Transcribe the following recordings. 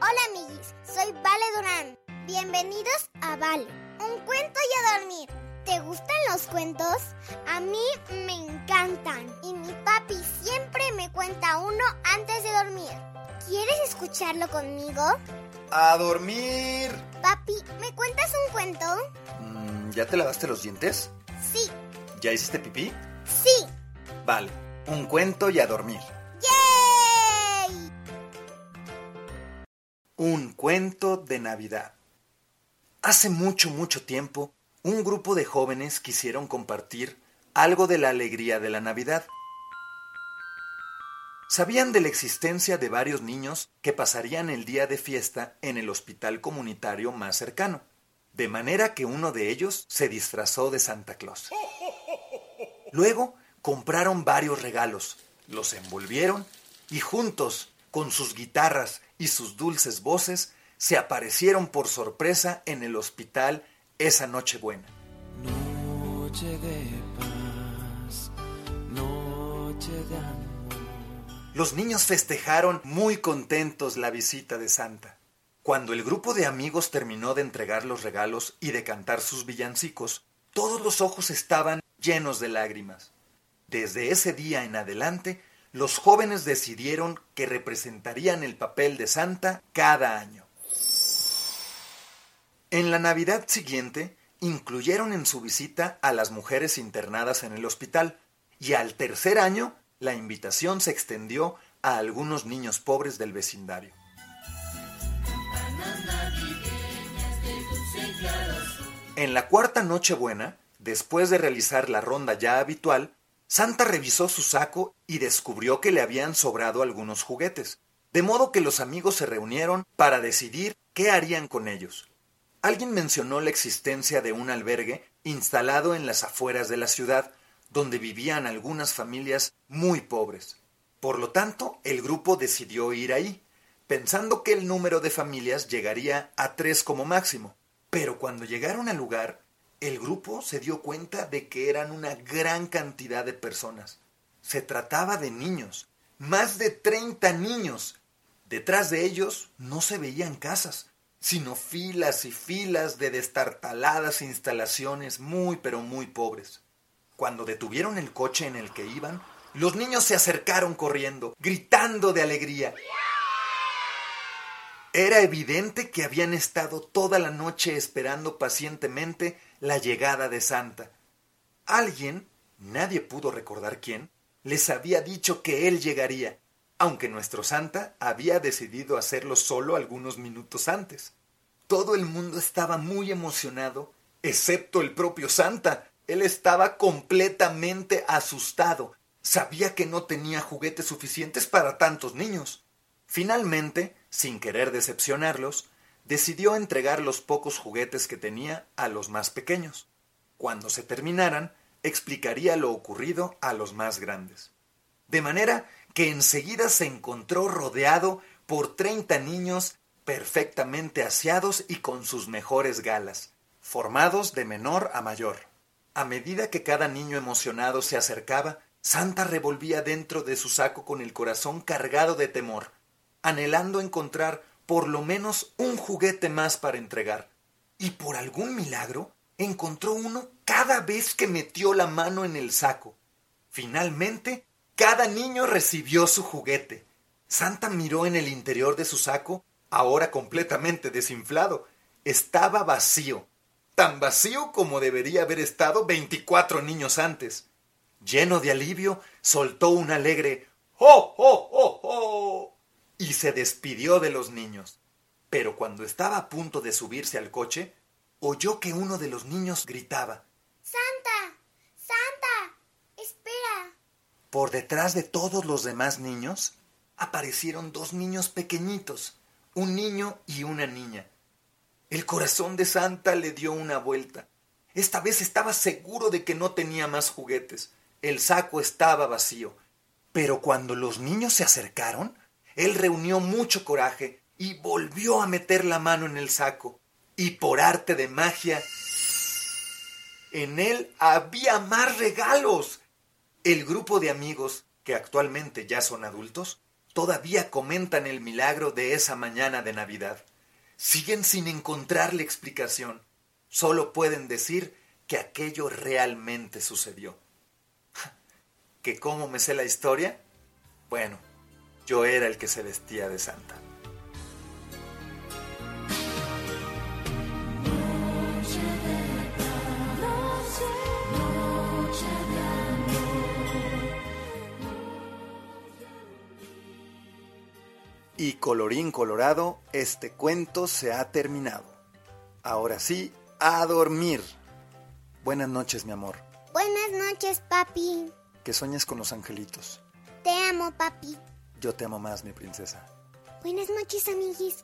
Hola amiguis, soy Vale Durán. Bienvenidos a Vale, un cuento y a dormir. ¿Te gustan los cuentos? A mí me encantan y mi papi siempre me cuenta uno antes de dormir. ¿Quieres escucharlo conmigo? ¡A dormir! Papi, ¿me cuentas un cuento? ¿Ya te lavaste los dientes? Sí. ¿Ya hiciste pipí? Sí. Vale, un cuento y a dormir. ¡Yay! Un cuento de Navidad. Hace mucho, mucho tiempo, un grupo de jóvenes quisieron compartir algo de la alegría de la Navidad. Sabían de la existencia de varios niños que pasarían el día de fiesta en el hospital comunitario más cercano, de manera que uno de ellos se disfrazó de Santa Claus. Luego compraron varios regalos, los envolvieron y juntos, con sus guitarras y sus dulces voces, se aparecieron por sorpresa en el hospital esa Nochebuena. Noche de paz, noche de amor. Los niños festejaron muy contentos la visita de Santa. Cuando el grupo de amigos terminó de entregar los regalos y de cantar sus villancicos, todos los ojos estaban llenos de lágrimas. Desde ese día en adelante, los jóvenes decidieron que representarían el papel de Santa cada año. En la Navidad siguiente, incluyeron en su visita a las mujeres internadas en el hospital, y al tercer año, la invitación se extendió a algunos niños pobres del vecindario. En la cuarta Nochebuena, después de realizar la ronda ya habitual, Santa revisó su saco y descubrió que le habían sobrado algunos juguetes, de modo que los amigos se reunieron para decidir qué harían con ellos. Alguien mencionó la existencia de un albergue instalado en las afueras de la ciudad, donde vivían algunas familias muy pobres. Por lo tanto, el grupo decidió ir ahí, pensando que el número de familias llegaría a 3 como máximo. Pero cuando llegaron al lugar, el grupo se dio cuenta de que eran una gran cantidad de personas. Se trataba de niños, más de 30 niños. Detrás de ellos no se veían casas, sino filas y filas de destartaladas instalaciones muy pero muy pobres. Cuando detuvieron el coche en el que iban, los niños se acercaron corriendo, gritando de alegría. Era evidente que habían estado toda la noche esperando pacientemente la llegada de Santa. Alguien, nadie pudo recordar quién, les había dicho que él llegaría, aunque nuestro Santa había decidido hacerlo solo algunos minutos antes. Todo el mundo estaba muy emocionado, excepto el propio Santa. Él estaba completamente asustado. Sabía que no tenía juguetes suficientes para tantos niños. Finalmente, sin querer decepcionarlos, decidió entregar los pocos juguetes que tenía a los más pequeños. Cuando se terminaran, explicaría lo ocurrido a los más grandes. De manera que enseguida se encontró rodeado por 30 niños perfectamente aseados y con sus mejores galas, formados de menor a mayor. A medida que cada niño emocionado se acercaba, Santa revolvía dentro de su saco con el corazón cargado de temor, anhelando encontrar por lo menos un juguete más para entregar. Y por algún milagro, encontró uno cada vez que metió la mano en el saco. Finalmente, cada niño recibió su juguete. Santa miró en el interior de su saco, ahora completamente desinflado. Estaba vacío, tan vacío como debería haber estado 24 niños antes. Lleno de alivio, soltó un alegre ¡oh, oh, oh, oh! Y se despidió de los niños. Pero cuando estaba a punto de subirse al coche, oyó que uno de los niños gritaba: ¡Santa! ¡Santa! ¡Espera! Por detrás de todos los demás niños, aparecieron 2 niños pequeñitos, un niño y una niña. El corazón de Santa le dio una vuelta. Esta vez estaba seguro de que no tenía más juguetes. El saco estaba vacío. Pero cuando los niños se acercaron, él reunió mucho coraje y volvió a meter la mano en el saco. Y por arte de magia, en él había más regalos. El grupo de amigos, que actualmente ya son adultos, todavía comentan el milagro de esa mañana de Navidad. Siguen sin encontrarle explicación. Solo pueden decir que aquello realmente sucedió. ¿Que cómo me sé la historia? Bueno, yo era el que se vestía de Santa. Y colorín colorado, este cuento se ha terminado. Ahora sí, a dormir. Buenas noches, mi amor. Buenas noches, papi. Que sueñes con los angelitos. Te amo, papi. Yo te amo más, mi princesa. Buenas noches, amiguis.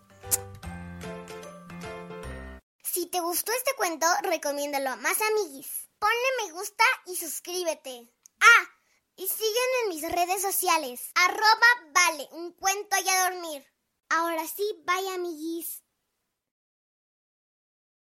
Si te gustó este cuento, recomiéndalo a más amiguis. Ponle me gusta y suscríbete. Y sígueme en mis redes sociales. @vale, un cuento y a dormir. Ahora sí, bye, amiguis.